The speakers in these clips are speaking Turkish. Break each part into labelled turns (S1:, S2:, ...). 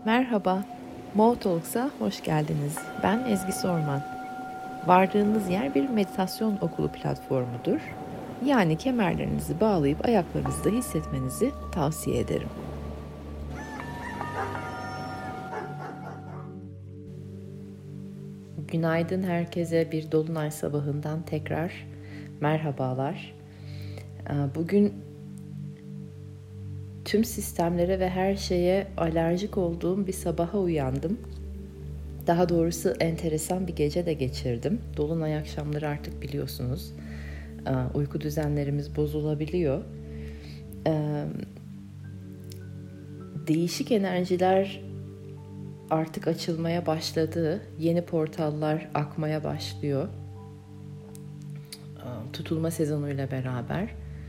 S1: Merhaba, Mo Talks'a hoş geldiniz. Ben Ezgi Sorman. Vardığınız yer bir meditasyon okulu platformudur. Yani kemerlerinizi bağlayıp ayaklarınızda hissetmenizi tavsiye ederim. Günaydın herkese, bir dolunay sabahından tekrar merhabalar. Bugün tüm sistemlere ve her şeye alerjik olduğum bir sabaha uyandım. Daha doğrusu enteresan bir gece de geçirdim. Dolunay akşamları artık biliyorsunuz uyku düzenlerimiz bozulabiliyor. Değişik enerjiler artık açılmaya başladı. Yeni portallar akmaya başlıyor. Tutulma sezonuyla beraber.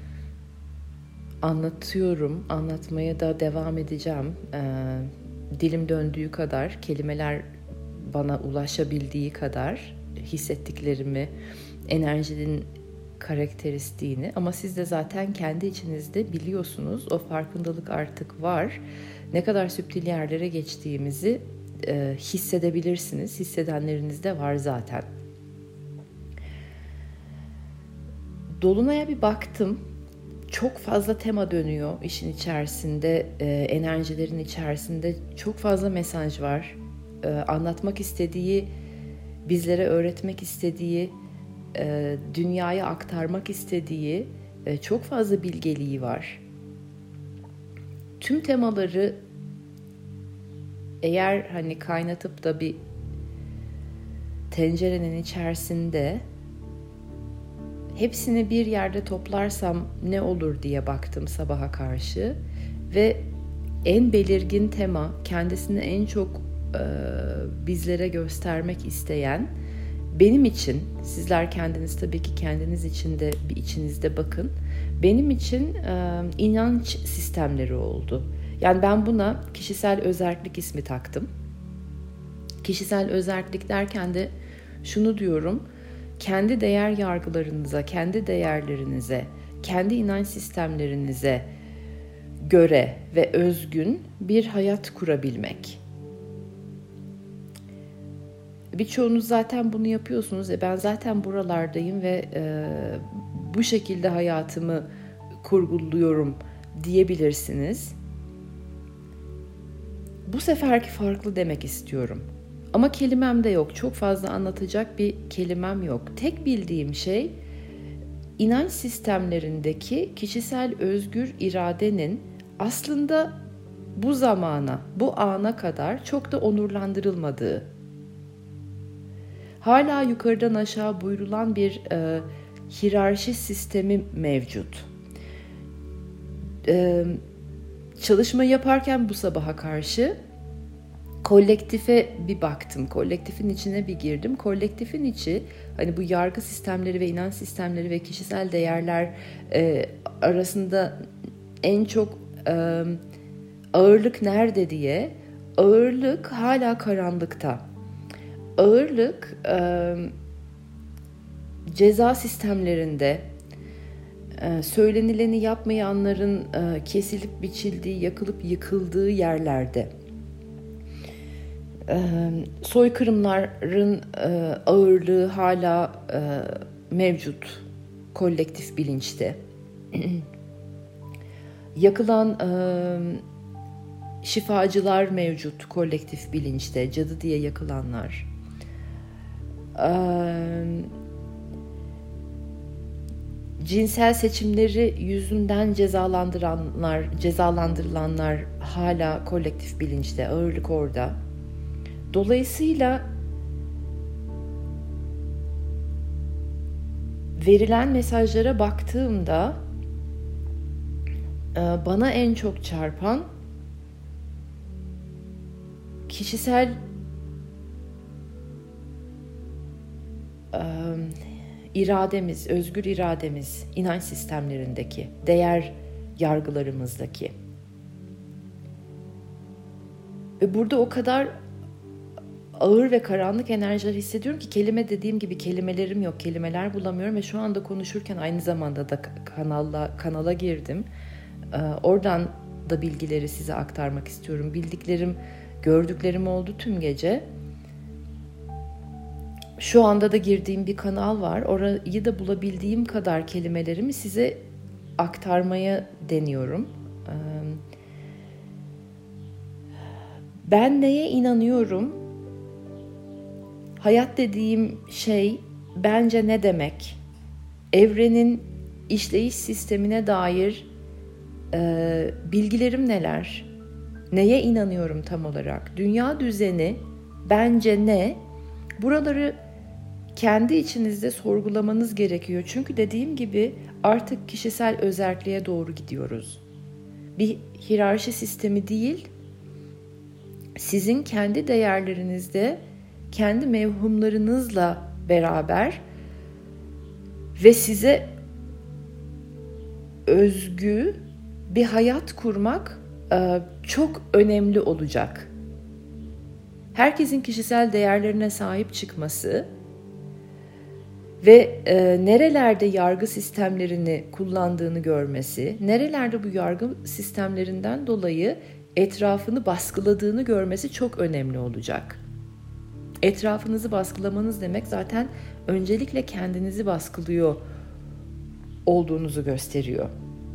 S1: Anlatmaya da devam edeceğim. Dilim döndüğü kadar, kelimeler bana ulaşabildiği kadar hissettiklerimi, enerjinin karakteristiğini, ama siz de zaten kendi içinizde biliyorsunuz, o farkındalık artık var. Ne kadar süptil yerlere geçtiğimizi hissedebilirsiniz. Hissedenleriniz de var zaten. Dolunay'a bir baktım. Çok fazla tema dönüyor işin içerisinde, enerjilerin içerisinde çok fazla mesaj var. Anlatmak istediği, bizlere öğretmek istediği, dünyaya aktarmak istediği çok fazla bilgeliği var. Tüm temaları eğer kaynatıp da bir tencerenin içerisinde hepsini bir yerde toplarsam ne olur diye baktım sabaha karşı ve en belirgin tema, kendisini en çok bizlere göstermek isteyen, benim için, sizler kendiniz tabii ki kendiniz için de bir içinizde bakın, benim için inanç sistemleri oldu. Yani ben buna kişisel özerklik ismi taktım. Kişisel özerklik derken de şunu diyorum: kendi değer yargılarınıza, kendi değerlerinize, kendi inanç sistemlerinize göre ve özgün bir hayat kurabilmek. Birçoğunuz zaten bunu yapıyorsunuz. Ben zaten buralardayım ve bu şekilde hayatımı kurguluyorum diyebilirsiniz. Bu seferki farklı demek istiyorum. Ama kelimem de yok. Çok fazla anlatacak bir kelimem yok. Tek bildiğim şey, inanç sistemlerindeki kişisel özgür iradenin aslında bu zamana, bu ana kadar çok da onurlandırılmadığı. Hala yukarıdan aşağı buyurulan bir hiyerarşi sistemi mevcut. Çalışma yaparken bu sabaha karşı kolektife bir baktım. Kolektifin içine bir girdim. Kolektifin içi, bu yargı sistemleri ve inanç sistemleri ve kişisel değerler arasında en çok ağırlık nerede diye. Ağırlık hala karanlıkta. Ağırlık ceza sistemlerinde, söylenileni yapmayanların kesilip biçildiği, yakılıp yıkıldığı yerlerde, soykırımların ağırlığı hala mevcut kolektif bilinçte. Yakılan şifacılar mevcut kolektif bilinçte, cadı diye yakılanlar. Cinsel seçimleri yüzünden cezalandırılanlar hala kolektif bilinçte, ağırlık orada. Dolayısıyla verilen mesajlara baktığımda bana en çok çarpan kişisel irademiz, özgür irademiz, inanç sistemlerindeki, değer yargılarımızdaki. Ve burada o kadar ağır ve karanlık enerjiler hissediyorum ki, dediğim gibi kelimelerim yok, kelimeler bulamıyorum ve şu anda konuşurken aynı zamanda da kanala girdim. Oradan da bilgileri size aktarmak istiyorum. Bildiklerim Gördüklerim oldu tüm gece. Şu anda da girdiğim bir kanal var. Orayı da bulabildiğim kadar kelimelerimi size aktarmaya deniyorum. Ben neye inanıyorum? Hayat dediğim şey bence ne demek? Evrenin işleyiş sistemine dair bilgilerim neler? Neye inanıyorum tam olarak? Dünya düzeni bence ne? Buraları kendi içinizde sorgulamanız gerekiyor. Çünkü dediğim gibi artık kişisel özerkliğe doğru gidiyoruz. Bir hiyerarşi sistemi değil, sizin kendi değerlerinizde, kendi mevhumlarınızla beraber ve size özgü bir hayat kurmak çok önemli olacak. Herkesin kişisel değerlerine sahip çıkması ve nerelerde yargı sistemlerini kullandığını görmesi, nerelerde bu yargı sistemlerinden dolayı etrafını baskıladığını görmesi çok önemli olacak. Etrafınızı baskılamanız demek zaten öncelikle kendinizi baskılıyor olduğunuzu gösteriyor.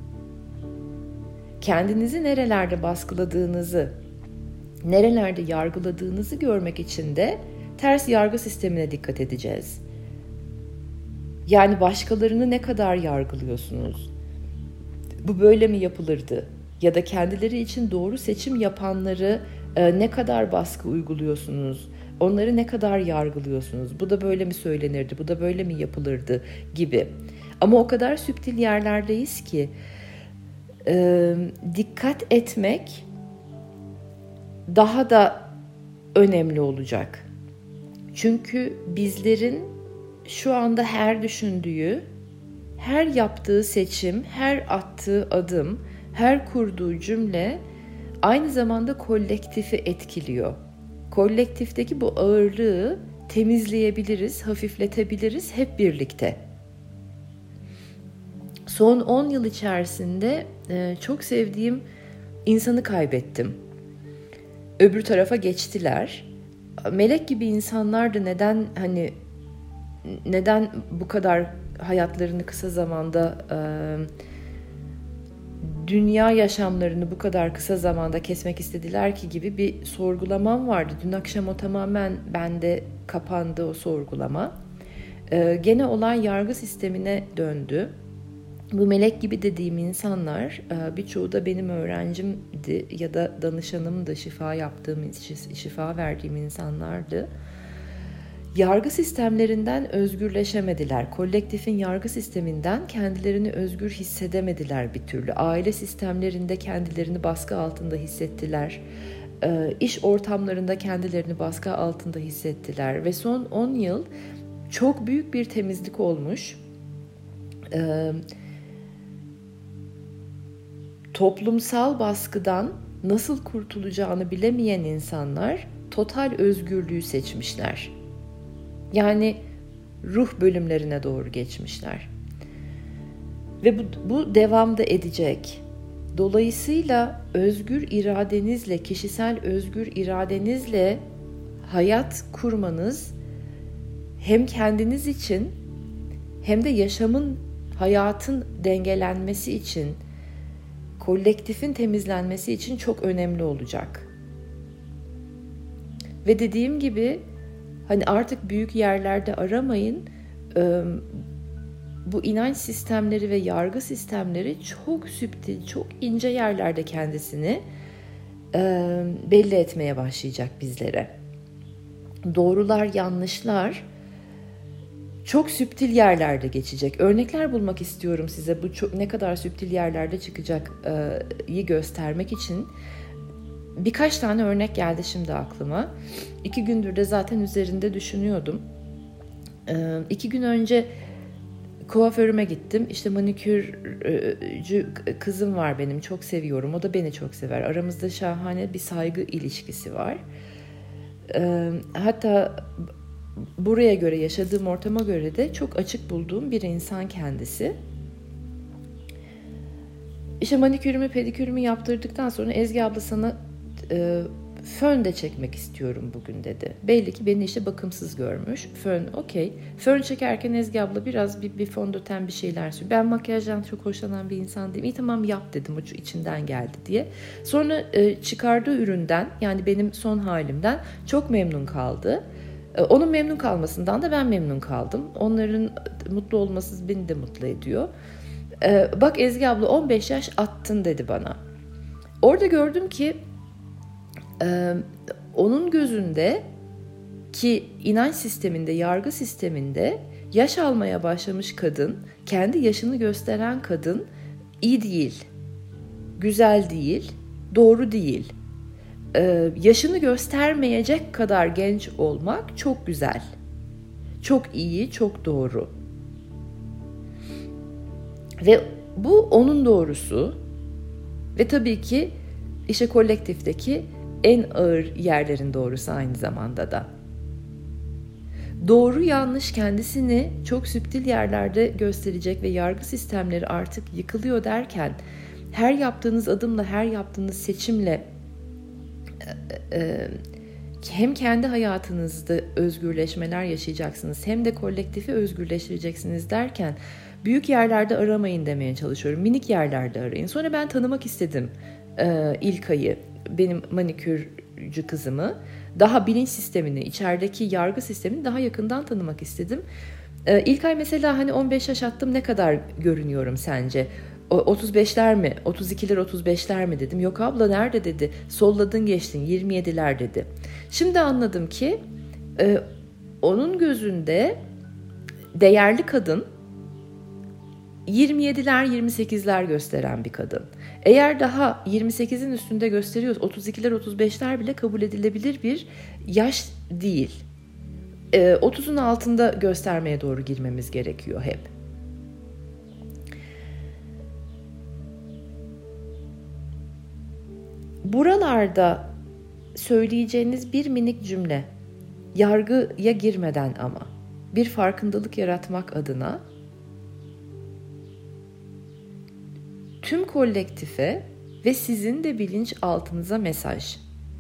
S1: Kendinizi nerelerde baskıladığınızı, nerelerde yargıladığınızı görmek için de ters yargı sistemine dikkat edeceğiz. Yani başkalarını ne kadar yargılıyorsunuz? Bu böyle mi yapılırdı? Ya da kendileri için doğru seçim yapanları ne kadar baskı uyguluyorsunuz? Onları ne kadar yargılıyorsunuz? Bu da böyle mi söylenirdi? Bu da böyle mi yapılırdı? Gibi. Ama o kadar süptil yerlerdeyiz ki dikkat etmek daha da önemli olacak. Çünkü bizlerin şu anda her düşündüğü, her yaptığı seçim, her attığı adım, her kurduğu cümle aynı zamanda kolektifi etkiliyor. Kolektifteki bu ağırlığı temizleyebiliriz, hafifletebiliriz hep birlikte. Son 10 yıl içerisinde çok sevdiğim insanı kaybettim. Öbür tarafa geçtiler. Melek gibi insanlardı. Neden bu kadar hayatlarını kısa zamanda, dünya yaşamlarını bu kadar kısa zamanda kesmek istediler ki gibi bir sorgulamam vardı. Dün akşam o tamamen bende kapandı, o sorgulama. Gene olay yargı sistemine döndü. Bu melek gibi dediğim insanlar birçoğu da benim öğrencimdi ya da danışanımdı, şifa verdiğim insanlardı. Yargı sistemlerinden özgürleşemediler. Kolektifin yargı sisteminden kendilerini özgür hissedemediler bir türlü. Aile sistemlerinde kendilerini baskı altında hissettiler. İş ortamlarında kendilerini baskı altında hissettiler. Ve son 10 yıl çok büyük bir temizlik olmuş. Toplumsal baskıdan nasıl kurtulacağını bilemeyen insanlar total özgürlüğü seçmişler. Yani ruh bölümlerine doğru geçmişler. Ve bu devam da edecek. Dolayısıyla özgür iradenizle, kişisel özgür iradenizle hayat kurmanız hem kendiniz için hem de yaşamın, hayatın dengelenmesi için, kolektifin temizlenmesi için çok önemli olacak. Ve dediğim gibi artık büyük yerlerde aramayın. Bu inanç sistemleri ve yargı sistemleri çok süptil, çok ince yerlerde kendisini belli etmeye başlayacak bizlere. Doğrular, yanlışlar çok süptil yerlerde geçecek. Örnekler bulmak istiyorum size. Bu ne kadar süptil yerlerde çıkacak göstermek için. Birkaç tane örnek geldi şimdi aklıma. 2 gündür de zaten üzerinde düşünüyordum. 2 gün önce kuaförüme gittim. İşte manikürcü kızım var benim. Çok seviyorum. O da beni çok sever. Aramızda şahane bir saygı ilişkisi var. Hatta buraya göre, yaşadığım ortama göre de çok açık bulduğum bir insan kendisi. İşte manikürümü, pedikürümü yaptırdıktan sonra Ezgi abla sana fön de çekmek istiyorum bugün dedi. Belli ki beni işte bakımsız görmüş. Fön okey. Fön çekerken Ezgi abla biraz bir fondöten bir şeyler söylüyor. Ben makyajdan çok hoşlanan bir insan değilim. İyi tamam yap dedim, o içinden geldi diye. Sonra çıkardığı üründen, yani benim son halimden çok memnun kaldı. Onun memnun kalmasından da ben memnun kaldım. Onların mutlu olması beni de mutlu ediyor. Bak Ezgi abla 15 yaş attın dedi bana. Orada gördüm ki onun gözünde ki inanç sisteminde, yargı sisteminde yaş almaya başlamış kadın, kendi yaşını gösteren kadın iyi değil, güzel değil, doğru değil. Yaşını göstermeyecek kadar genç olmak çok güzel, çok iyi, çok doğru. Ve bu onun doğrusu ve tabii ki işte kolektifteki en ağır yerlerin doğrusu aynı zamanda da. Doğru yanlış kendisini çok süptil yerlerde gösterecek ve yargı sistemleri artık yıkılıyor derken her yaptığınız adımla, her yaptığınız seçimle hem kendi hayatınızda özgürleşmeler yaşayacaksınız hem de kolektifi özgürleştireceksiniz derken büyük yerlerde aramayın demeye çalışıyorum. Minik yerlerde arayın. Sonra ben tanımak istedim İlkay'ı, benim manikürcü kızımı. Daha bilinç sistemini, içerideki yargı sistemini daha yakından tanımak istedim. İlkay mesela hani 15 yaş attım, ne kadar görünüyorum sence? 35'ler mi? 32'ler 35'ler mi dedim. Yok abla nerede dedi. Solladın geçtin 27'ler dedi. Şimdi anladım ki onun gözünde değerli kadın 27'ler 28'ler gösteren bir kadın. Eğer daha 28'in üstünde gösteriyorsa 32'ler 35'ler bile kabul edilebilir bir yaş değil. 30'un altında göstermeye doğru girmemiz gerekiyor hep. Buralarda söyleyeceğiniz bir minik cümle, yargıya girmeden ama bir farkındalık yaratmak adına tüm kolektife ve sizin de bilinç altınıza mesaj.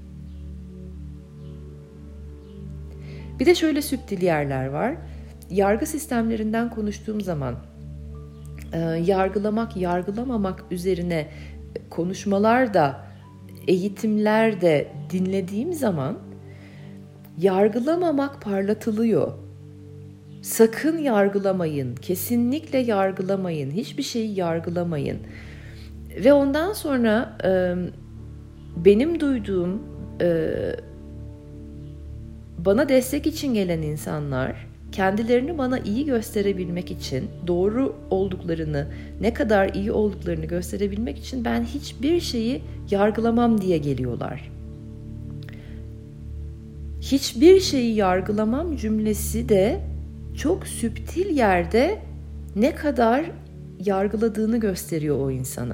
S1: Bir de şöyle süptil yerler var. Yargı sistemlerinden konuştuğum zaman yargılamak, yargılamamak üzerine konuşmalarda, eğitimlerde dinlediğim zaman yargılamamak parlatılıyor. Sakın yargılamayın, kesinlikle yargılamayın, hiçbir şeyi yargılamayın. Ve ondan sonra benim duyduğum bana destek için gelen insanlar kendilerini bana iyi gösterebilmek için, doğru olduklarını, ne kadar iyi olduklarını gösterebilmek için ben hiçbir şeyi yargılamam diye geliyorlar. Hiçbir şeyi yargılamam cümlesi de çok süptil yerde ne kadar yargıladığını gösteriyor o insanın.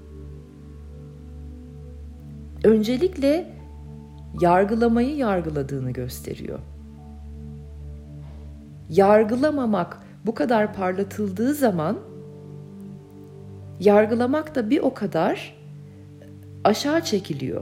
S1: Öncelikle yargılamayı yargıladığını gösteriyor. Yargılamamak bu kadar parlatıldığı zaman yargılamak da bir o kadar aşağı çekiliyor.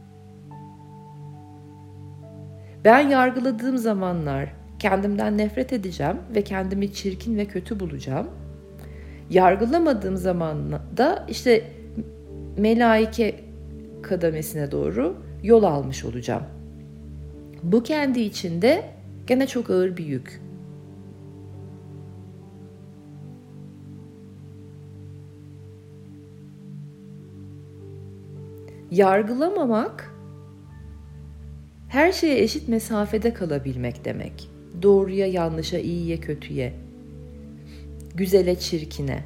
S1: Ben yargıladığım zamanlar kendimden nefret edeceğim ve kendimi çirkin ve kötü bulacağım. Yargılamadığım zaman da işte melaike kademesine doğru yol almış olacağım. Bu kendi içinde gene çok ağır bir yük. Yargılamamak, her şeye eşit mesafede kalabilmek demek. Doğruya, yanlışa, iyiye, kötüye, güzele, çirkine.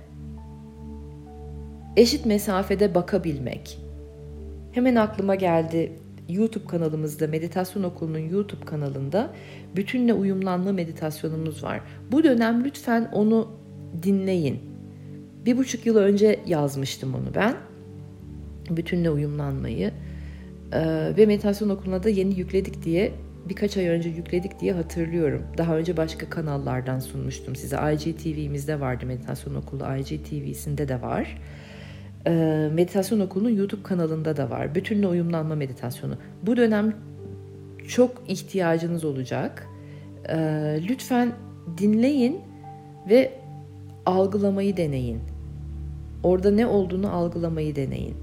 S1: Eşit mesafede bakabilmek. Hemen aklıma geldi. YouTube kanalımızda, Meditasyon Okulu'nun YouTube kanalında bütünle uyumlanma meditasyonumuz var. Bu dönem lütfen onu dinleyin. 1,5 yıl önce yazmıştım onu ben. Bütünle uyumlanmayı. Ve Meditasyon Okulu'na da yeni yükledik diye, birkaç ay önce yükledik diye hatırlıyorum. Daha önce başka kanallardan sunmuştum size. IGTV'mizde vardı Meditasyon Okulu, IGTV'sinde de var. Meditasyon Okulu'nun YouTube kanalında da var. Bütünle uyumlanma meditasyonu. Bu dönem çok ihtiyacınız olacak. Lütfen dinleyin ve algılamayı deneyin. Orada ne olduğunu algılamayı deneyin.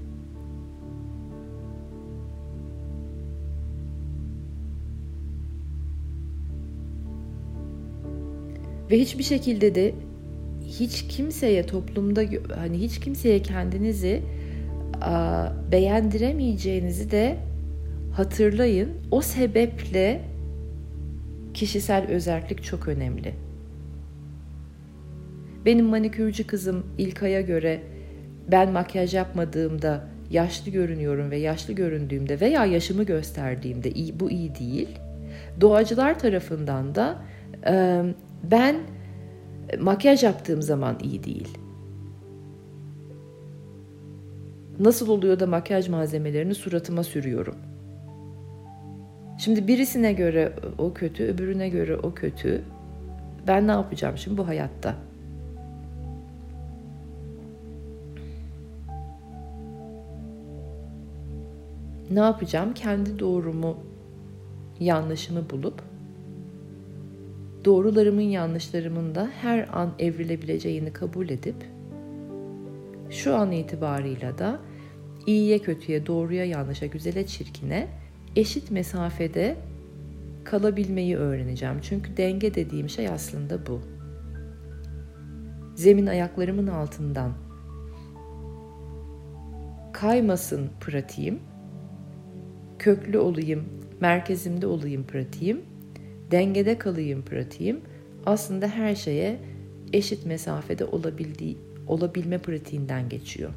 S1: Ve hiçbir şekilde de hiç kimseye toplumda hani hiç kimseye kendinizi beğendiremeyeceğinizi de hatırlayın. O sebeple kişisel özellik çok önemli. Benim manikürcü kızım İlkay'a göre ben makyaj yapmadığımda yaşlı görünüyorum ve yaşlı göründüğümde veya yaşımı gösterdiğimde bu iyi değil. Doğacılar tarafından da ben makyaj yaptığım zaman iyi değil. Nasıl oluyor da makyaj malzemelerini suratıma sürüyorum? Şimdi birisine göre o kötü, öbürüne göre o kötü. Ben ne yapacağım şimdi bu hayatta? Ne yapacağım? Kendi doğrumu, yanlışımı bulup doğrularımın yanlışlarımın da her an evrilebileceğini kabul edip şu an itibarıyla da iyiye kötüye, doğruya yanlışa, güzele çirkine eşit mesafede kalabilmeyi öğreneceğim. Çünkü denge dediğim şey aslında bu. Zemin ayaklarımın altından kaymasın pratiğim, köklü olayım, merkezimde olayım pratiğim, dengede kalayım pratiğim aslında her şeye eşit mesafede olabilme pratiğinden geçiyor.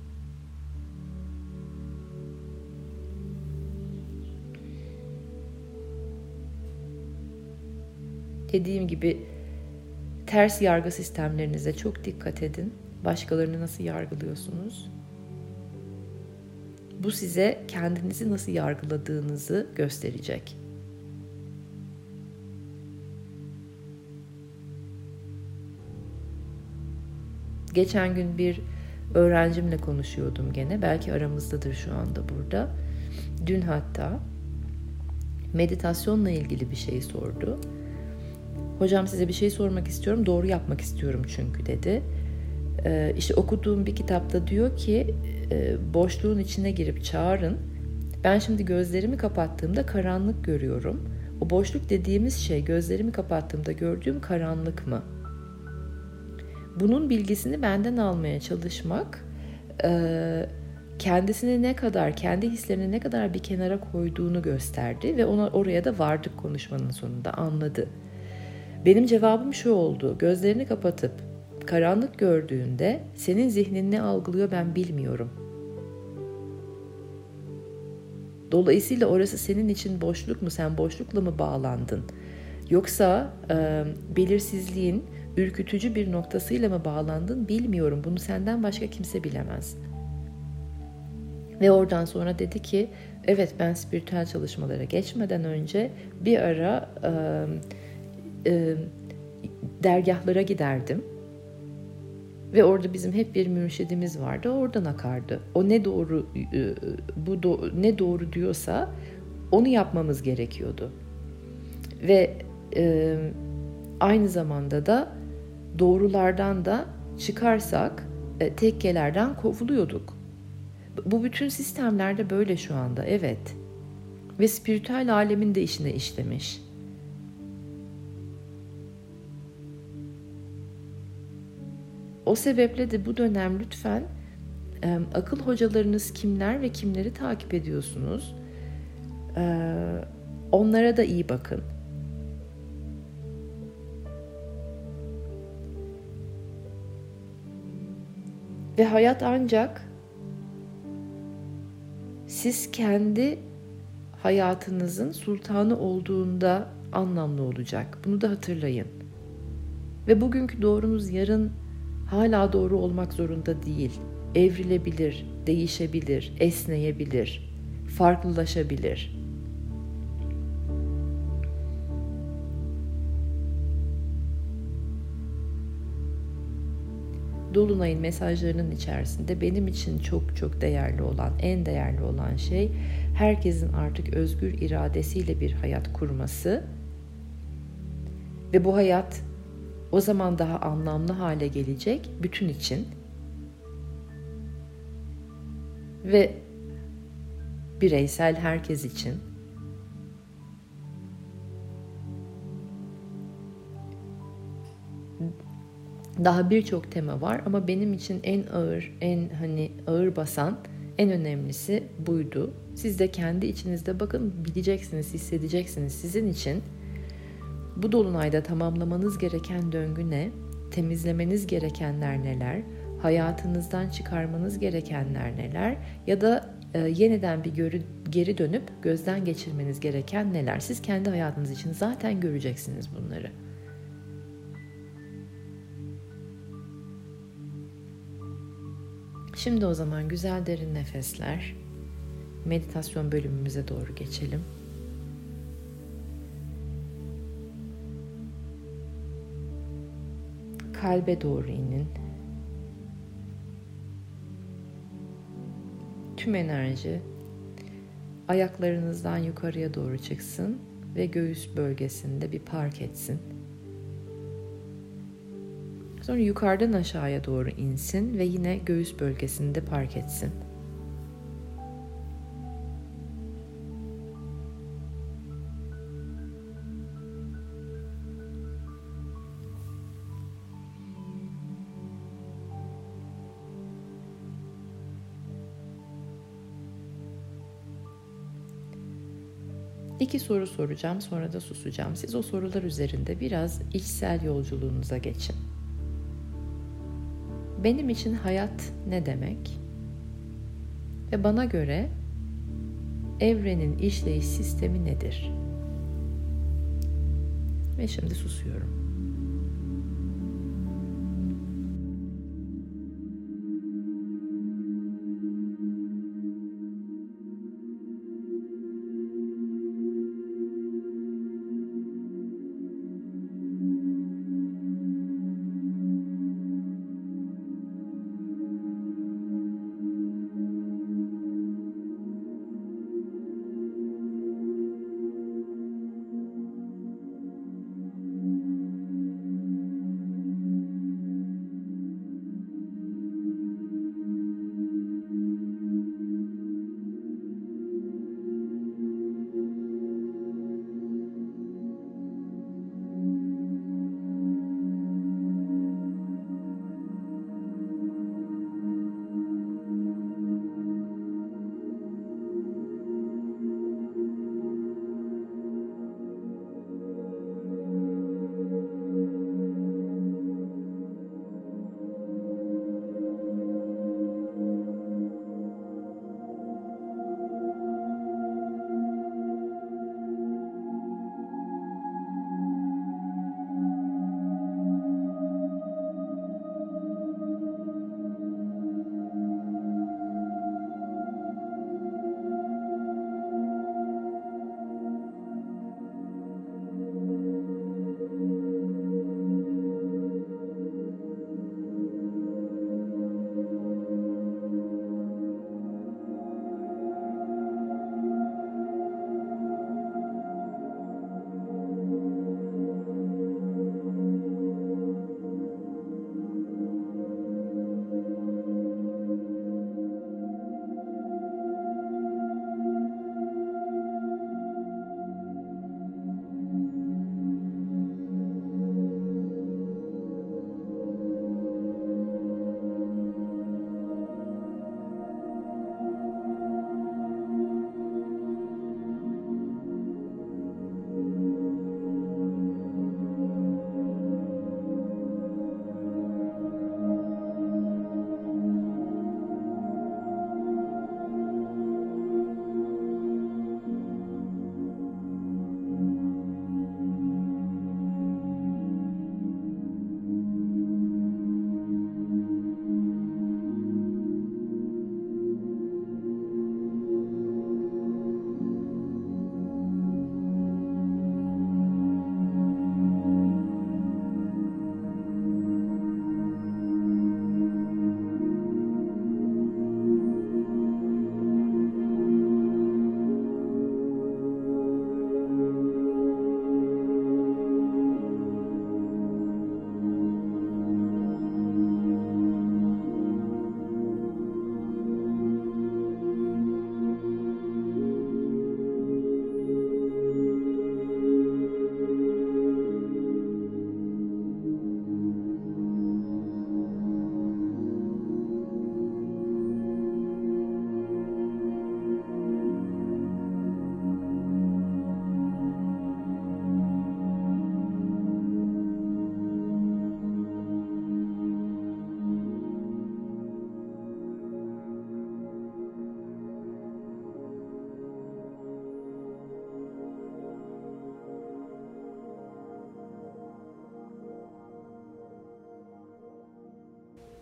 S1: Dediğim gibi ters yargı sistemlerinize çok dikkat edin. Başkalarını nasıl yargılıyorsunuz? Bu size kendinizi nasıl yargıladığınızı gösterecek. Geçen gün bir öğrencimle konuşuyordum gene. Belki aramızdadır şu anda burada. Dün hatta meditasyonla ilgili bir şey sordu. Hocam size bir şey sormak istiyorum. Doğru yapmak istiyorum çünkü dedi. İşte okuduğum bir kitapta diyor ki boşluğun içine girip çağırın. Ben şimdi gözlerimi kapattığımda karanlık görüyorum. O boşluk dediğimiz şey gözlerimi kapattığımda gördüğüm karanlık mı? Bunun bilgisini benden almaya çalışmak kendisini ne kadar, kendi hislerini ne kadar bir kenara koyduğunu gösterdi ve oraya da vardık konuşmanın sonunda anladı. Benim cevabım şu oldu: gözlerini kapatıp karanlık gördüğünde senin zihnin ne algılıyor ben bilmiyorum. Dolayısıyla orası senin için boşluk mu, sen boşlukla mı bağlandın? Yoksa belirsizliğin ürkütücü bir noktasıyla mı bağlandın bilmiyorum. Bunu senden başka kimse bilemez. Ve oradan sonra dedi ki evet ben spiritüel çalışmalara geçmeden önce bir ara dergahlara giderdim. Ve orada bizim hep bir mürşidimiz vardı. Oradan akardı. O ne doğru ne doğru diyorsa onu yapmamız gerekiyordu. Ve aynı zamanda da doğrulardan da çıkarsak tekkelerden kovuluyorduk. Bu bütün sistemlerde böyle şu anda, evet. Ve spiritüel alemin de işine işlemiş. O sebeple de bu dönem lütfen akıl hocalarınız kimler ve kimleri takip ediyorsunuz? Onlara da iyi bakın. Ve hayat ancak siz kendi hayatınızın sultanı olduğunda anlamlı olacak. Bunu da hatırlayın. Ve bugünkü doğrunuz yarın hala doğru olmak zorunda değil. Evrilebilir, değişebilir, esneyebilir, farklılaşabilir. Dolunay'ın mesajlarının içerisinde benim için çok çok değerli olan, en değerli olan şey herkesin artık özgür iradesiyle bir hayat kurması ve bu hayat o zaman daha anlamlı hale gelecek bütün için ve bireysel herkes için. Daha birçok tema var ama benim için en ağır, en ağır basan, en önemlisi buydu. Siz de kendi içinizde bakın, bileceksiniz, hissedeceksiniz. Sizin için bu dolunayda tamamlamanız gereken döngü ne? Temizlemeniz gerekenler neler? Hayatınızdan çıkarmanız gerekenler neler? Ya da yeniden bir geri dönüp gözden geçirmeniz gereken neler? Siz kendi hayatınız için zaten göreceksiniz bunları. Şimdi o zaman güzel derin nefesler. Meditasyon bölümümüze doğru geçelim. Kalbe doğru inin. Tüm enerji ayaklarınızdan yukarıya doğru çıksın ve göğüs bölgesinde bir park etsin. Sonra yukarıdan aşağıya doğru insin ve yine göğüs bölgesinde park etsin. İki soru soracağım, sonra da susacağım. Siz o sorular üzerinde biraz içsel yolculuğunuza geçin. Benim için hayat ne demek? Ve bana göre evrenin işleyiş sistemi nedir? Ve şimdi susuyorum.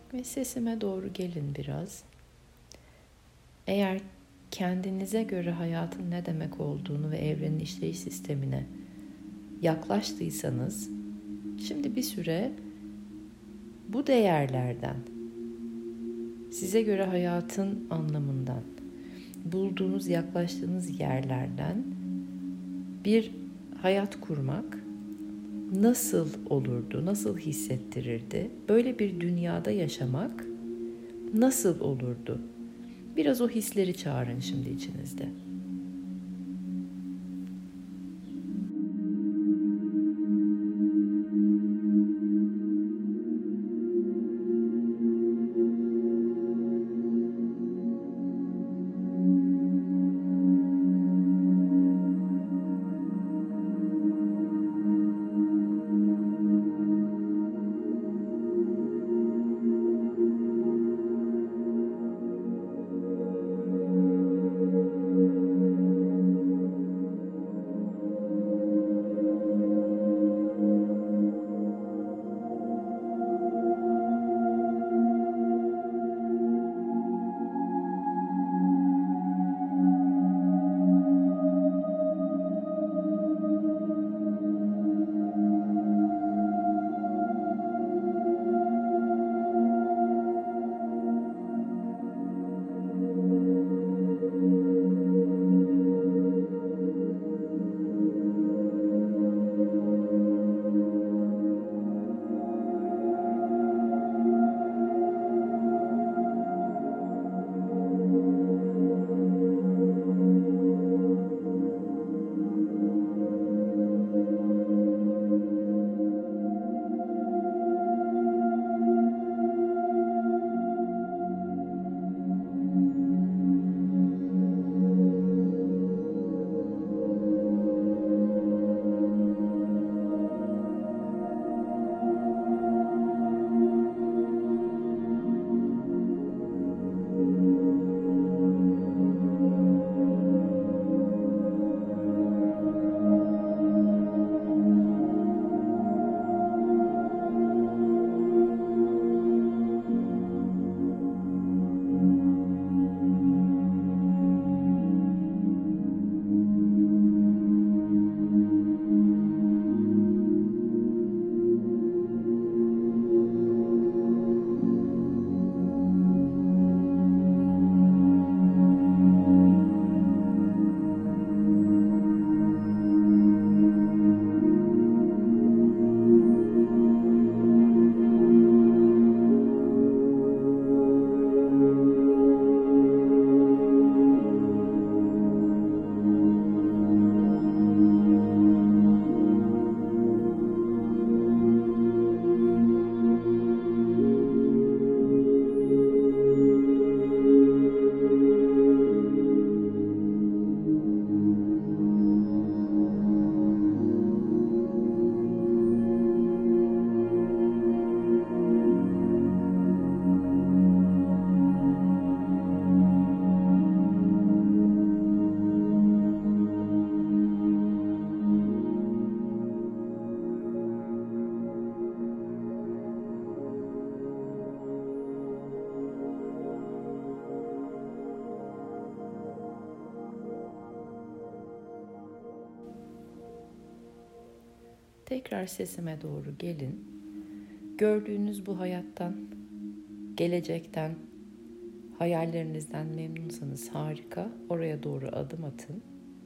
S1: Ve sesime doğru gelin biraz. Eğer kendinize göre hayatın ne demek olduğunu ve evrenin işleyiş sistemine yaklaştıysanız, şimdi bir süre bu değerlerden, size göre hayatın anlamından, bulduğunuz, yaklaştığınız yerlerden bir hayat kurmak nasıl olurdu, nasıl hissettirirdi? Böyle bir dünyada yaşamak nasıl olurdu? Biraz o hisleri çağırın şimdi içinizde. Tekrar sesime doğru gelin. Gördüğünüz bu hayattan, gelecekten, hayallerinizden memnunsanız harika. Oraya doğru adım atın.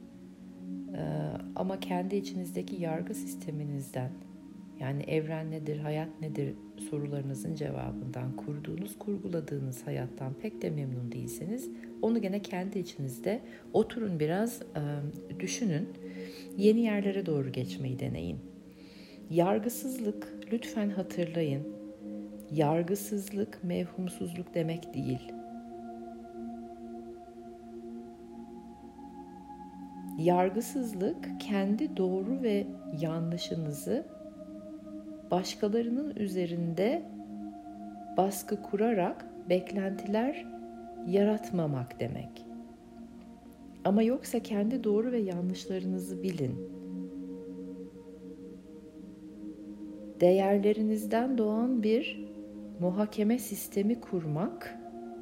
S1: Ama kendi içinizdeki yargı sisteminizden, yani evren nedir, hayat nedir sorularınızın cevabından, kurduğunuz, kurguladığınız hayattan pek de memnun değilseniz, onu gene kendi içinizde oturun biraz, düşünün. Yeni yerlere doğru geçmeyi deneyin. Yargısızlık, lütfen hatırlayın. Yargısızlık, mevhumsuzluk demek değil. Yargısızlık, kendi doğru ve yanlışınızı başkalarının üzerinde baskı kurarak beklentiler yaratmamak demek. Ama yoksa kendi doğru ve yanlışlarınızı bilin. Değerlerinizden doğan bir muhakeme sistemi kurmak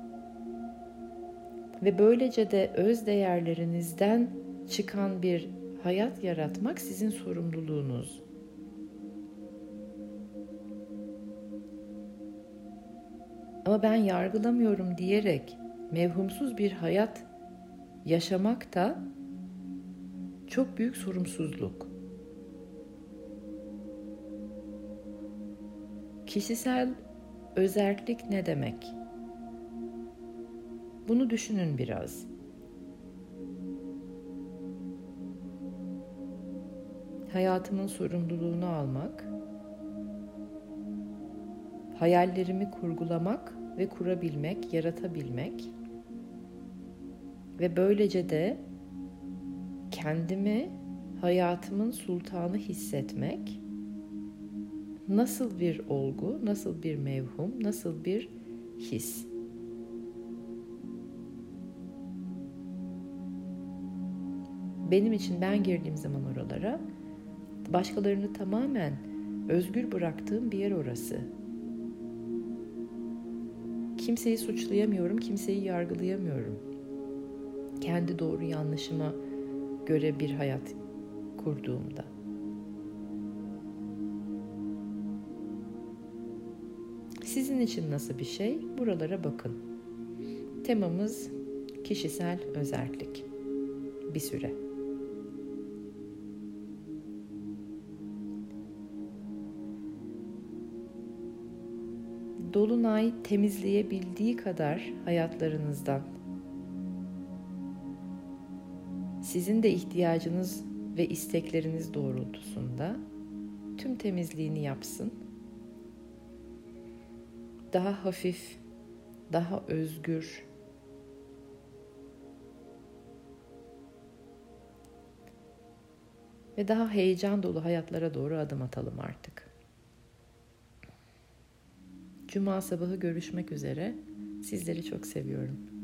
S1: ve böylece de öz değerlerinizden çıkan bir hayat yaratmak sizin sorumluluğunuz. Ama ben yargılamıyorum diyerek mevhumsuz bir hayat yaşamak da çok büyük sorumsuzluk. Kişisel özerklik ne demek? Bunu düşünün biraz. Hayatımın sorumluluğunu almak, hayallerimi kurgulamak ve kurabilmek, yaratabilmek ve böylece de kendimi hayatımın sultanı hissetmek nasıl bir olgu, nasıl bir mevhum, nasıl bir his? Benim için ben girdiğim zaman oralara başkalarını tamamen özgür bıraktığım bir yer orası. Kimseyi suçlayamıyorum, kimseyi yargılayamıyorum. Kendi doğru yanlışıma göre bir hayat kurduğumda. Sizin için nasıl bir şey? Buralara bakın. Temamız kişisel özerklik. Bir süre. Dolunay temizleyebildiği kadar hayatlarınızdan sizin de ihtiyacınız ve istekleriniz doğrultusunda tüm temizliğini yapsın. Daha hafif, daha özgür, ve daha heyecan dolu hayatlara doğru adım atalım artık. Cuma sabahı görüşmek üzere. Sizleri çok seviyorum.